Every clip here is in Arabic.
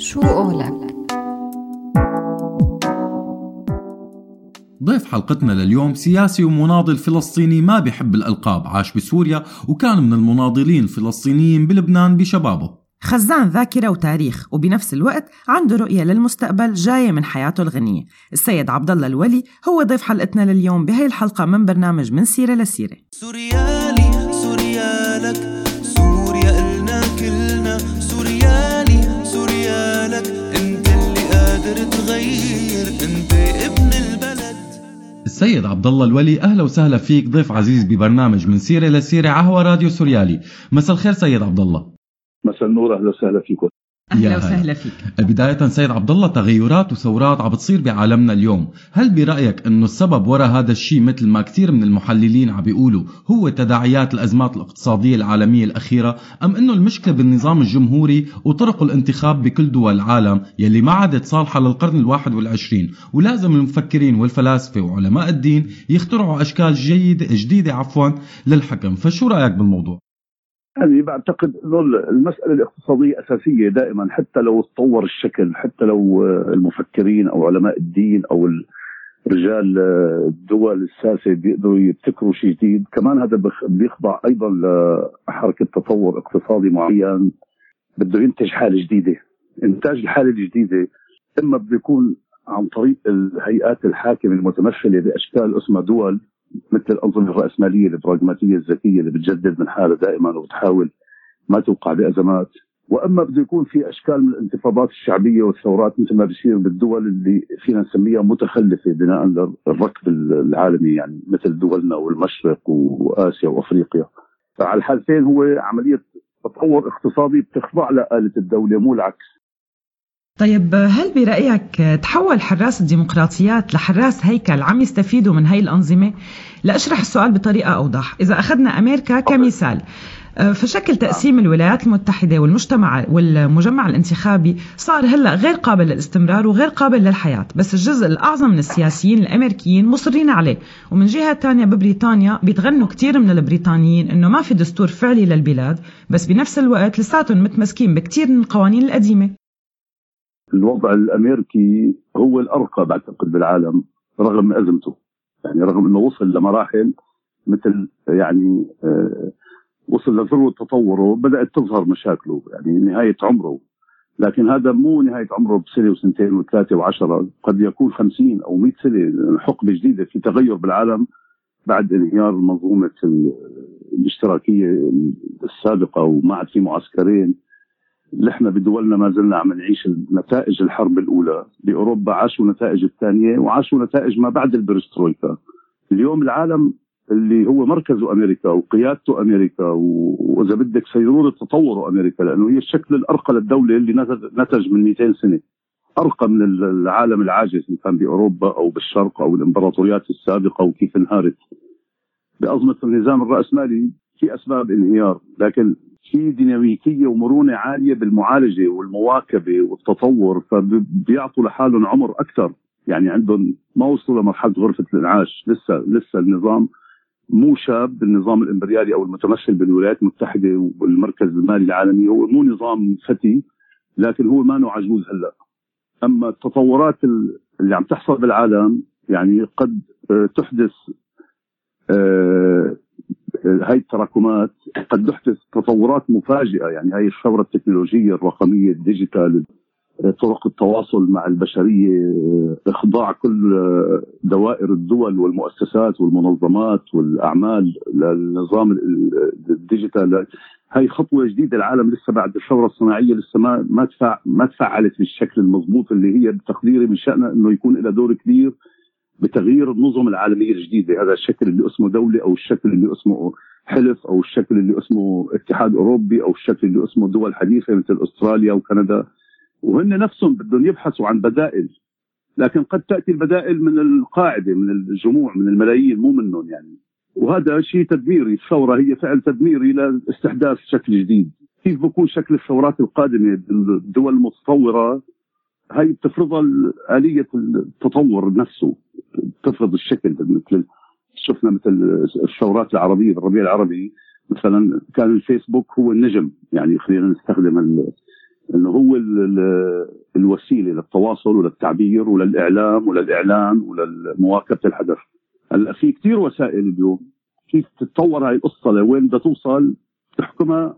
شو قولك؟ ضيف حلقتنا لليوم سياسي ومناضل فلسطيني ما بيحب الألقاب، عاش بسوريا وكان من المناضلين الفلسطينيين بلبنان بشبابه. خزان ذاكرة وتاريخ، وبنفس الوقت عنده رؤية للمستقبل جاية من حياته الغنية. السيد عبدالله الولي هو ضيف حلقتنا لليوم بهاي الحلقة من برنامج من سيرة لسيرة. سوريالي سوريالك، سوريا إلنا كلنا، سوريالي سوريالك، انت اللي قادر تغير، انت ابن البلد. السيد عبدالله الولي، أهلا وسهلا فيك ضيف عزيز ببرنامج من سيرة لسيرة عهوى راديو سوريالي. مساء الخير سيد عبدالله. مساء النور، أهلا وسهلا فيكم. أهلا وسهلا فيك. بداية سيد عبدالله، تغيرات وثورات عم بتصير بعالمنا اليوم، هل برأيك أنه السبب وراء هذا الشيء مثل ما كثير من المحللين عم بيقولوا هو تداعيات الأزمات الاقتصادية العالمية الأخيرة، أم أنه المشكلة بالنظام الجمهوري وطرق الانتخاب بكل دول العالم يلي ما عادت صالحة للقرن 21 ولازم المفكرين والفلاسفة وعلماء الدين يخترعوا أشكال جديدة للحكم؟ فشو رأيك بالموضوع؟ أنا بعتقد أنه المسألة الاقتصادية أساسية دائما، حتى لو تطور الشكل، حتى لو المفكرين أو علماء الدين أو رجال الدول الساسة بيقدروا يبتكروا شيء جديد، كمان هذا بيخضع أيضا لحركة تطور اقتصادي معين بده ينتج حالة جديدة. إنتاج الحالة الجديدة إما بيكون عن طريق الهيئات الحاكمة المتمثلة بأشكال اسمها دول، مثل الأنظمة الرأسمالية البراغماتية الذكية اللي بتجدد من حالها دائما وبتحاول ما توقع بأزمات، وأما بده يكون في أشكال من الانتفاضات الشعبية والثورات مثل ما بيصير بالدول اللي فينا نسميها متخلفة بناء للركب العالمي، يعني مثل دولنا والمشرق وآسيا وأفريقيا. فعلى الحالتين هو عملية تطور اقتصادي بتخضع لآلة الدولة مو العكس. طيب، هل برأيك تحول حراس الديمقراطيات لحراس هيكل عم يستفيدوا من هاي الأنظمة؟ لأشرح السؤال بطريقة أوضح، إذا أخذنا أمريكا كمثال، فشكل تقسيم الولايات المتحدة والمجمع الانتخابي صار هلأ غير قابل للاستمرار وغير قابل للحياة، بس الجزء الأعظم من السياسيين الأمريكيين مصرين عليه. ومن جهة تانية ببريطانيا بيتغنوا كتير من البريطانيين إنه ما في دستور فعلي للبلاد، بس بنفس الوقت لساتهم متمسكين بكتير من القوانين القديمة. الوضع الأمريكي هو الأرقى بعتقد بالعالم رغم أزمته، يعني رغم أنه وصل لمراحل مثل يعني وصل لذروة تطوره، بدأت تظهر مشاكله، يعني نهاية عمره. لكن هذا مو نهاية عمره بسنة وسنتين وثلاثة وعشرة، قد يكون 50 أو 100 سنة حقبة جديدة في تغير بالعالم بعد انهيار منظومة الاشتراكية السابقة، وما عاد في معسكرين. نحن بدولنا ما زلنا عم نعيش نتائج الحرب الأولى، بأوروبا عاشوا نتائج الثانية وعاشوا نتائج ما بعد البرسترويكا. اليوم العالم اللي هو مركزه أمريكا وقيادته أمريكا، وإذا بدك سيرورة تطوره أمريكا، لأنه هي الشكل الأرقى للدولة اللي نتج من 200 سنة، أرقى من العالم العاجز اللي كان بأوروبا أو بالشرق أو الإمبراطوريات السابقة وكيف انهارت بأزمة النظام الرأسمالي. في أسباب انهيار، لكن في ديناميكية ومرونة عالية بالمعالجة والمواكبة والتطور، فبيعطوا لحالهم عمر أكثر. يعني عندهم ما وصلوا لمرحلة غرفة الإنعاش، لسه النظام مو شاب. النظام الإمبريالي أو المتمثل بالولايات المتحدة والمركز المالي العالمي هو مو نظام فتي، لكن هو ما عجوز هلأ. أما التطورات اللي عم تحصل بالعالم يعني قد تحدث هاي التراكمات، قد تحدث تطورات مفاجئة. يعني هاي الثورة التكنولوجية الرقمية الديجيتال، طرق التواصل مع البشرية، إخضاع كل دوائر الدول والمؤسسات والمنظمات والأعمال للنظام الديجيتال. هاي خطوة جديدة. العالم لسه بعد الثورة الصناعية لسه ما تفعلت بالشكل المضبوط اللي هي بتقديري من شأنها أنه يكون لها دور كبير بتغيير النظم العالمية الجديدة. هذا الشكل اللي اسمه دولة، أو الشكل اللي اسمه حلف، أو الشكل اللي اسمه اتحاد أوروبي، أو الشكل اللي اسمه دول حديثة مثل أستراليا وكندا. وهن نفسهم بدهم يبحثوا عن بدائل، لكن قد تأتي البدائل من القاعدة، من الجموع، من الملايين، مو منهم يعني. وهذا شيء تدميري. الثورة هي فعل تدميري لاستحداث شكل جديد. كيف بكون شكل الثورات القادمة بالدول المتطورة؟ هاي بتفرضها آلية التطور نفسه، تفرض الشكل. مثل شفنا مثل الثورات العربية بالربيع العربي مثلا، كان الفيسبوك هو النجم، يعني خلينا نستخدم انه هو الوسيله للتواصل وللتعبير وللاعلام وللاعلان ولمواكبه الحدث. هلا في كثير وسائل اليوم كيف تتطور هاي القصه لوين بدها توصل تحكمها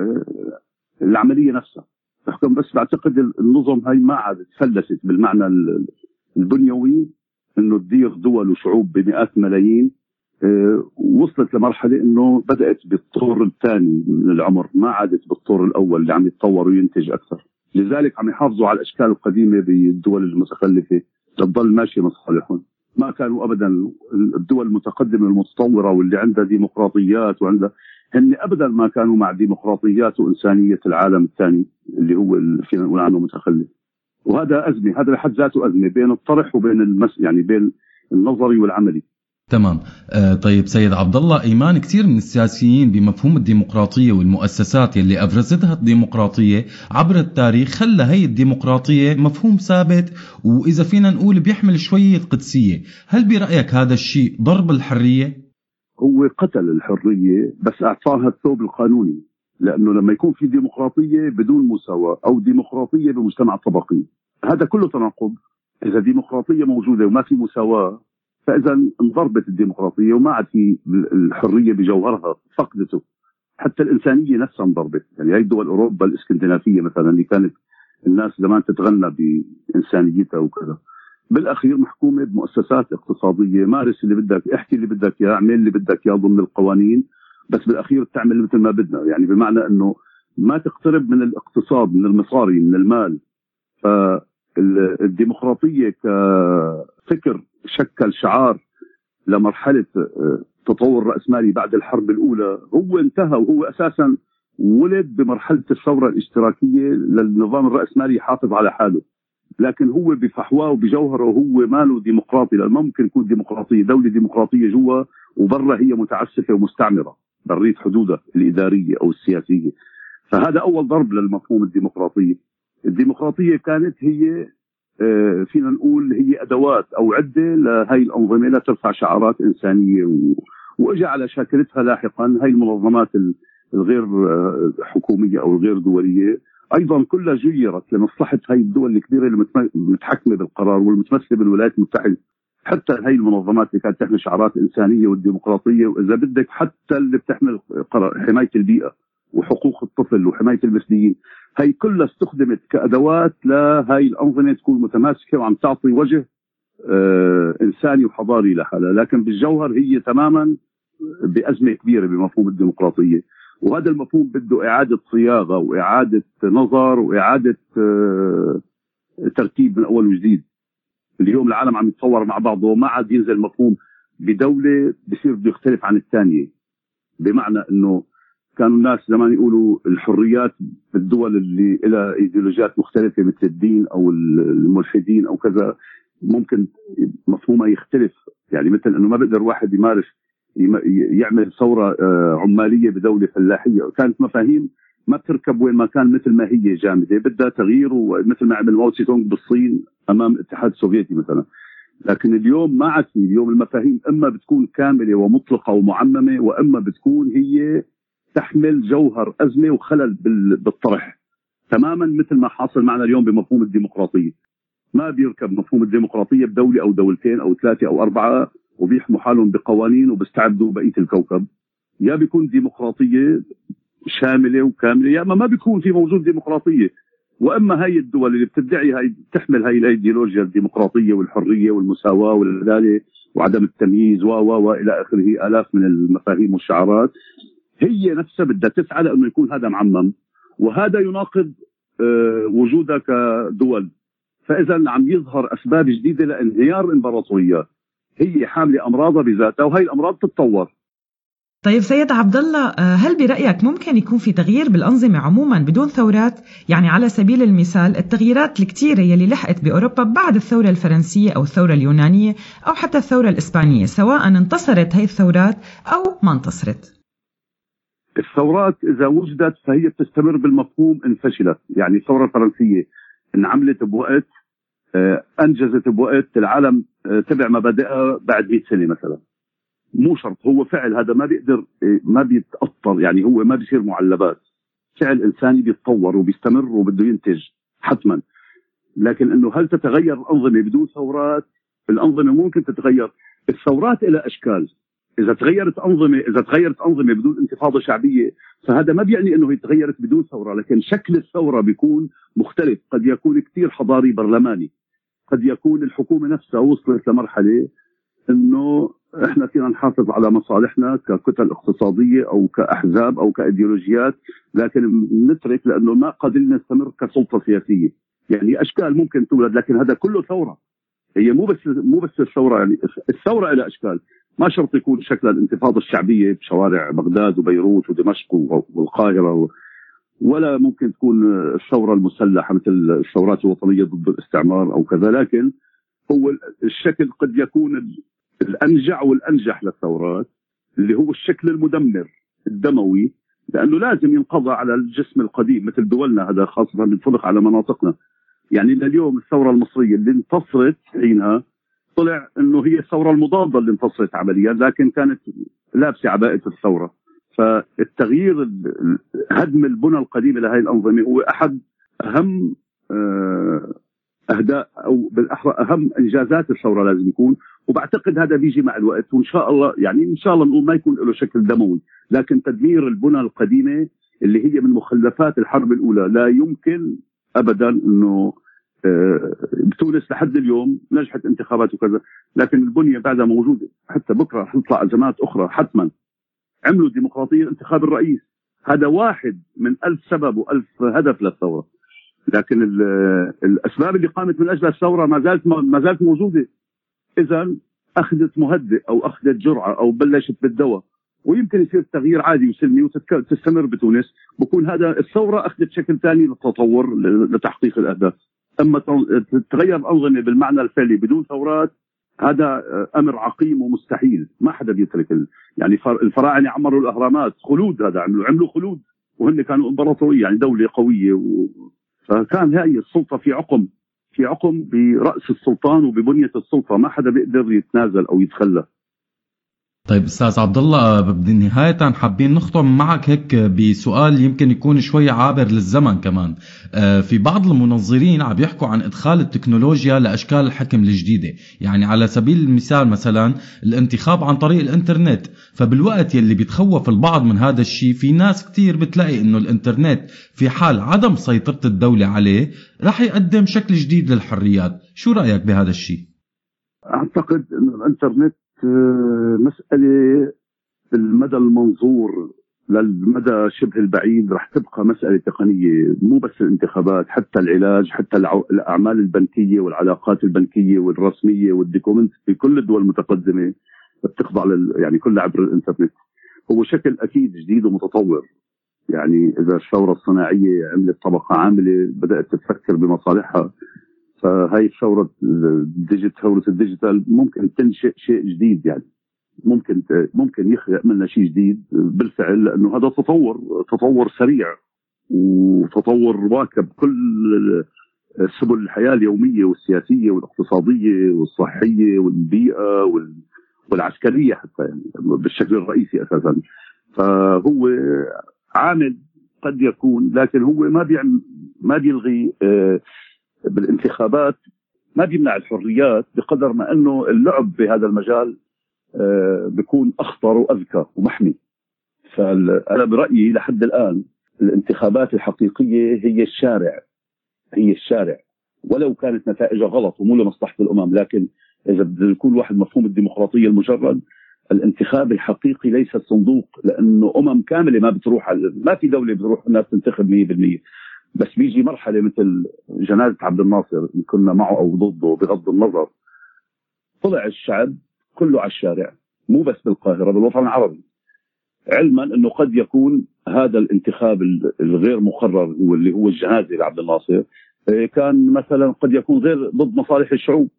العمليه نفسها تحكم. بس بعتقد النظم هاي ما عادت فلست بالمعنى البنيوي انه تدير دول وشعوب بمئات ملايين. وصلت لمرحله انه بدات بالطور الثاني من العمر، ما عادت بالطور الاول اللي عم يتطور وينتج اكثر. لذلك عم يحافظوا على الاشكال القديمه بالدول المتخلفه تضل ماشيه مصالحهم. ما كانوا ابدا الدول المتقدمه المتطوره واللي عندها ديمقراطيات وعندها هن ابدا ما كانوا مع ديمقراطيات وانسانيه العالم الثاني اللي هو فينا نقول عنه متخلف. وهذا ازمه، هذا بحد ذاته ازمه بين الطرح وبين يعني بين النظري والعملي. تمام. طيب سيد عبد الله، ايمان كثير من السياسيين بمفهوم الديمقراطيه والمؤسسات يلي افرزتها الديمقراطيه عبر التاريخ خلى هي الديمقراطيه مفهوم ثابت، واذا فينا نقول بيحمل شويه قدسيه. هل برايك هذا الشيء ضرب الحريه؟ هو قتل الحريه بس اعطاها الثوب القانوني، لانه لما يكون في ديمقراطيه بدون مساواه او ديمقراطيه بمجتمع طبقي هذا كله تناقض. اذا ديمقراطيه موجوده وما في مساواه فاذا انضربت الديمقراطيه وما عاد في الحريه بجوهرها، فقدته. حتى الانسانيه نفسها انضربت. يعني هي دول اوروبا الاسكندنافيه مثلا اللي كانت الناس زمان تتغنى بانسانيتها وكذا، بالاخير محكومه بمؤسسات اقتصاديه. مارس اللي بدك، احكي اللي بدك اياه، اعمل اللي بدك اياه ضمن القوانين، بس بالاخير تعمل مثل ما بدنا. يعني بمعنى انه ما تقترب من الاقتصاد، من المصاري، من المال. فالديمقراطيه كفكر شكل شعار لمرحله تطور رأسمالي بعد الحرب الاولى هو انتهى، وهو اساسا ولد بمرحله الثوره الاشتراكيه للنظام الرأسمالي يحافظ على حاله. لكن هو بفحواه وبجوهره هو ماله ديمقراطي، لأنه ما ممكن يكون ديمقراطيه دوله ديمقراطيه جوا وبرا هي متعسفه ومستعمره برية حدودها الاداريه او السياسيه. فهذا اول ضرب للمفهوم الديمقراطيه. الديمقراطيه كانت هي فينا نقول هي ادوات او عده لهي الانظمه لترفع شعارات انسانيه، واجى على شاكلتها لاحقا هي المنظمات الغير حكوميه او الغير دوليه ايضا كلها جيرت لمصلحه هي الدول الكبيره المتحكمه بالقرار والمتمثله بالولايات المتحده. حتى هي المنظمات اللي كانت تحمل شعارات انسانيه والديمقراطيه، واذا بدك حتى اللي بتحمل حمايه البيئه وحقوق الطفل وحمايه المثليين، هي كلها استخدمت كادوات لهي الانظمه تكون متماسكه وعم تعطي وجه انساني وحضاري لحالها. لكن بالجوهر هي تماما بازمه كبيره بمفهوم الديمقراطيه. وهذا المفهوم بده اعاده صياغه واعاده نظر واعاده ترتيب من اول وجديد. اليوم العالم عم يتطور مع بعضه، ما عاد ينزل مفهوم بدوله بصير بده يختلف عن الثانيه. بمعنى انه كانوا الناس زمان يقولوا الحريات بالدول اللي لها ايديولوجيات مختلفه مثل الدين او الملحدين او كذا ممكن مفهومها يختلف. يعني مثل انه ما بيقدر واحد يمارس يعمل ثوره عماليه بدوله فلاحيه. كانت مفاهيم ما بتركب وين ما كان، مثل ما هي جامده بدها تغيير، ومثل ما عمل ماو تسي تونغ بالصين امام الاتحاد السوفيتي مثلا. لكن اليوم ما عاد في. اليوم المفاهيم اما بتكون كامله ومطلقه ومعممه، واما بتكون هي تحمل جوهر ازمه وخلل بالطرح، تماما مثل ما حاصل معنا اليوم بمفهوم الديمقراطيه. ما بيركب مفهوم الديمقراطيه بدوله او دولتين او ثلاثه او اربعه وبيحموا حالهم بقوانين وبيستعبدوا بقيه الكوكب. يا بيكون ديمقراطيه شامله وكامله، يا اما ما بيكون في موجود ديمقراطيه. واما هاي الدول اللي بتدعي هاي تحمل هاي الايديولوجيا الديمقراطيه والحريه والمساواه والعداله وعدم التمييز والى اخره، الاف من المفاهيم والشعارات، هي نفسها بدها تسعى لانه يكون هذا معمم، وهذا يناقض وجودها كدول. فاذا عم يظهر اسباب جديده لانهيار امبراطوريات هي حامله امراضها بذاتها، وهي الامراض تتطور. طيب سيد عبد الله، هل برأيك ممكن يكون في تغيير بالأنظمة عموما بدون ثورات؟ يعني على سبيل المثال التغييرات الكتيرة يلي لحقت بأوروبا بعد الثورة الفرنسية أو الثورة اليونانية أو حتى الثورة الإسبانية، سواء انتصرت هاي الثورات أو ما انتصرت. الثورات إذا وجدت فهي بتستمر بالمفهوم إن فشلت. يعني الثورة الفرنسية انعملت بوقت، أنجزت بوقت، العالم تبع مبادئها بعد 100 سنة مثلا. مو شرط هو فعل هذا ما بيقدر، ما بيتأثر، يعني هو ما بيصير معلبات. فعل إنساني بيتطور وبيستمر وبده ينتج حتما. لكن إنه هل تتغير الأنظمة بدون ثورات؟ الأنظمة ممكن تتغير. الثورات إلى أشكال. إذا تغيرت أنظمة بدون انتفاضة شعبية فهذا ما بيعني إنه هي تغيرت بدون ثورة، لكن شكل الثورة بيكون مختلف. قد يكون كتير حضاري برلماني، قد يكون الحكومة نفسها وصلت لمرحلة إنه إحنا فينا نحافظ على مصالحنا ككتل اقتصادية أو كأحزاب أو كإيديولوجيات، لكن نترك لأنه ما قادرين نستمر كسلطة سياسية. يعني أشكال ممكن تولد، لكن هذا كله ثورة. هي مو بس الثورة، يعني الثورة إلى أشكال. ما شرط يكون شكل الانتفاضة الشعبية بشوارع بغداد وبيروت ودمشق والقاهرة، ولا ممكن تكون الثورة المسلحة مثل الثورات الوطنية ضد الاستعمار أو كذا. لكن هو الشكل قد يكون الأنجع والأنجح للثورات اللي هو الشكل المدمر الدموي، لأنه لازم ينقضى على الجسم القديم مثل دولنا، هذا خاصة بينطبق على مناطقنا. يعني لليوم الثورة المصرية اللي انتصرت حينها طلع انه هي الثورة المضادة اللي انتصرت عمليا، لكن كانت لابسة عباءة الثورة. فالتغيير هدم البنى القديمة لهذه الأنظمة هو أحد أهم أهداف، أو بالأحرى أهم إنجازات الثورة لازم يكون. وبعتقد هذا بيجي مع الوقت، وإن شاء الله يعني إن شاء الله نقول ما يكون له شكل دموي، لكن تدمير البنى القديمة اللي هي من مخلفات الحرب الأولى. لا يمكن أبدا أنه بتونس لحد اليوم نجحت انتخابات وكذا، لكن البنية بعدها موجودة. حتى بكرة حتطلع أزمات أخرى حتما. عملوا ديمقراطية انتخاب الرئيس، هذا واحد من 1000 سبب و1000 هدف للثورة، لكن الأسباب اللي قامت من أجل الثورة ما زالت موجودة. إذا أخذت مهدئ أو أخذت جرعة أو بلشت بالدواء، ويمكن يصير تغيير عادي وسلمي وتستمر بتونس، بكون هذا الثورة أخذت شكل ثاني للتطور لتحقيق الأهداف. أما تتغير الأنظمة بالمعنى الفعلي بدون ثورات هذا أمر عقيم ومستحيل. ما حدا بيترك يعني الفراعنة عمروا الأهرامات خلود، هذا عملوا خلود، وهن كانوا إمبراطورية يعني دولة قوية فكان هاي السلطة في عقم برأس السلطان وببنية السلطة، ما حدا بيقدر يتنازل أو يتخلى. طيب أستاذ عبد الله، بنهاية حابين نختم معك هيك بسؤال يمكن يكون شوي عابر للزمن كمان. في بعض المنظرين عم يحكوا عن إدخال التكنولوجيا لأشكال الحكم الجديدة، يعني على سبيل المثال مثلا الانتخاب عن طريق الإنترنت. فبالوقت يلي بيتخوف البعض من هذا الشيء، في ناس كتير بتلاقي إنه الإنترنت في حال عدم سيطرة الدولة عليه رح يقدم شكل جديد للحريات. شو رأيك بهذا الشيء؟ أعتقد إنه الإنترنت مسألة بالمدى المنظور للمدى شبه البعيد رح تبقى مسألة تقنية. مو بس الانتخابات، حتى العلاج، حتى الأعمال البنكية والعلاقات البنكية والرسمية والديكومنت في كل الدول المتقدمة بتخضع يعني كلها عبر الإنترنت. هو شكل أكيد جديد ومتطور. يعني إذا الثورة الصناعية عملت طبقة عاملة بدأت تفكر بمصالحها، فهي الثورة الديجيتال ممكن تنشئ شيء جديد. يعني ممكن يخلق منا شيء جديد بالفعل، لأنه هذا تطور سريع وتطور واكب كل سبل الحياة اليومية والسياسية والاقتصادية والصحية والبيئة والعسكرية حتى، يعني بالشكل الرئيسي أساسا. فهو عامل قد يكون، لكن هو ما بيلغي بالانتخابات، ما بيمنع الحريات بقدر ما أنه اللعب بهذا المجال بيكون أخطر وأذكى ومحمي. فأنا برأيي لحد الآن الانتخابات الحقيقية هي الشارع ولو كانت نتائجها غلط ومو لمصلحة الأمم. لكن إذا بده يكون واحد مفهوم الديمقراطية المجرد، الانتخاب الحقيقي ليس الصندوق، لأنه كاملة ما في دولة بتروح الناس تنتخب 100%. بس بيجي مرحلة مثل جنازة عبد الناصر، إن كنا معه أو ضده بغض النظر، طلع الشعب كله على الشارع، مو بس بالقاهرة، بالوطن العربي، علما أنه قد يكون هذا الانتخاب الغير مقرر واللي هو الجنازة لعبد الناصر كان مثلا قد يكون غير ضد مصالح الشعوب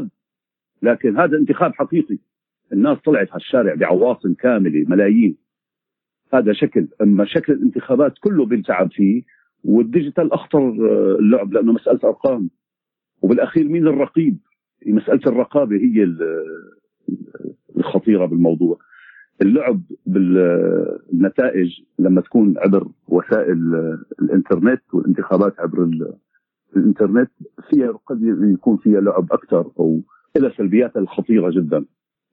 لكن هذا انتخاب حقيقي. الناس طلعت على الشارع بعواصم كاملة، ملايين. هذا شكل. أما شكل الانتخابات كله بيلتعب فيه، والديجيتال أخطر اللعب لأنه مسألة أرقام، وبالأخير مين الرقيب؟ مسألة الرقابة هي الخطيرة بالموضوع. اللعب بالنتائج لما تكون عبر وسائل الانترنت والانتخابات عبر الانترنت فيها قد يكون فيها لعب اكثر، او الى سلبياتها الخطيره جدا.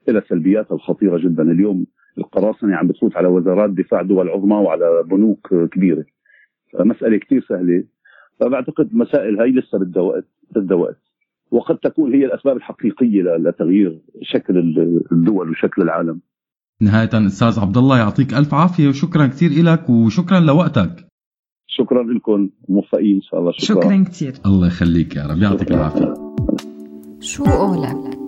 اليوم القراصنه عم بتفوت على وزارات دفاع دول عظمى وعلى بنوك كبيره، فمساله كثير سهله. فبعتقد مسائل هاي لسه بدها وقت، وقد تكون هي الاسباب الحقيقيه لتغيير شكل الدول وشكل العالم. نهاية أستاذ عبد الله، يعطيك ألف عافية وشكرا كثير لك وشكرا لوقتك. شكرا لكم، موفقين إن شاء الله. شكرا كثير. الله يخليك يا رب، يعطيك العافية. شو قولك؟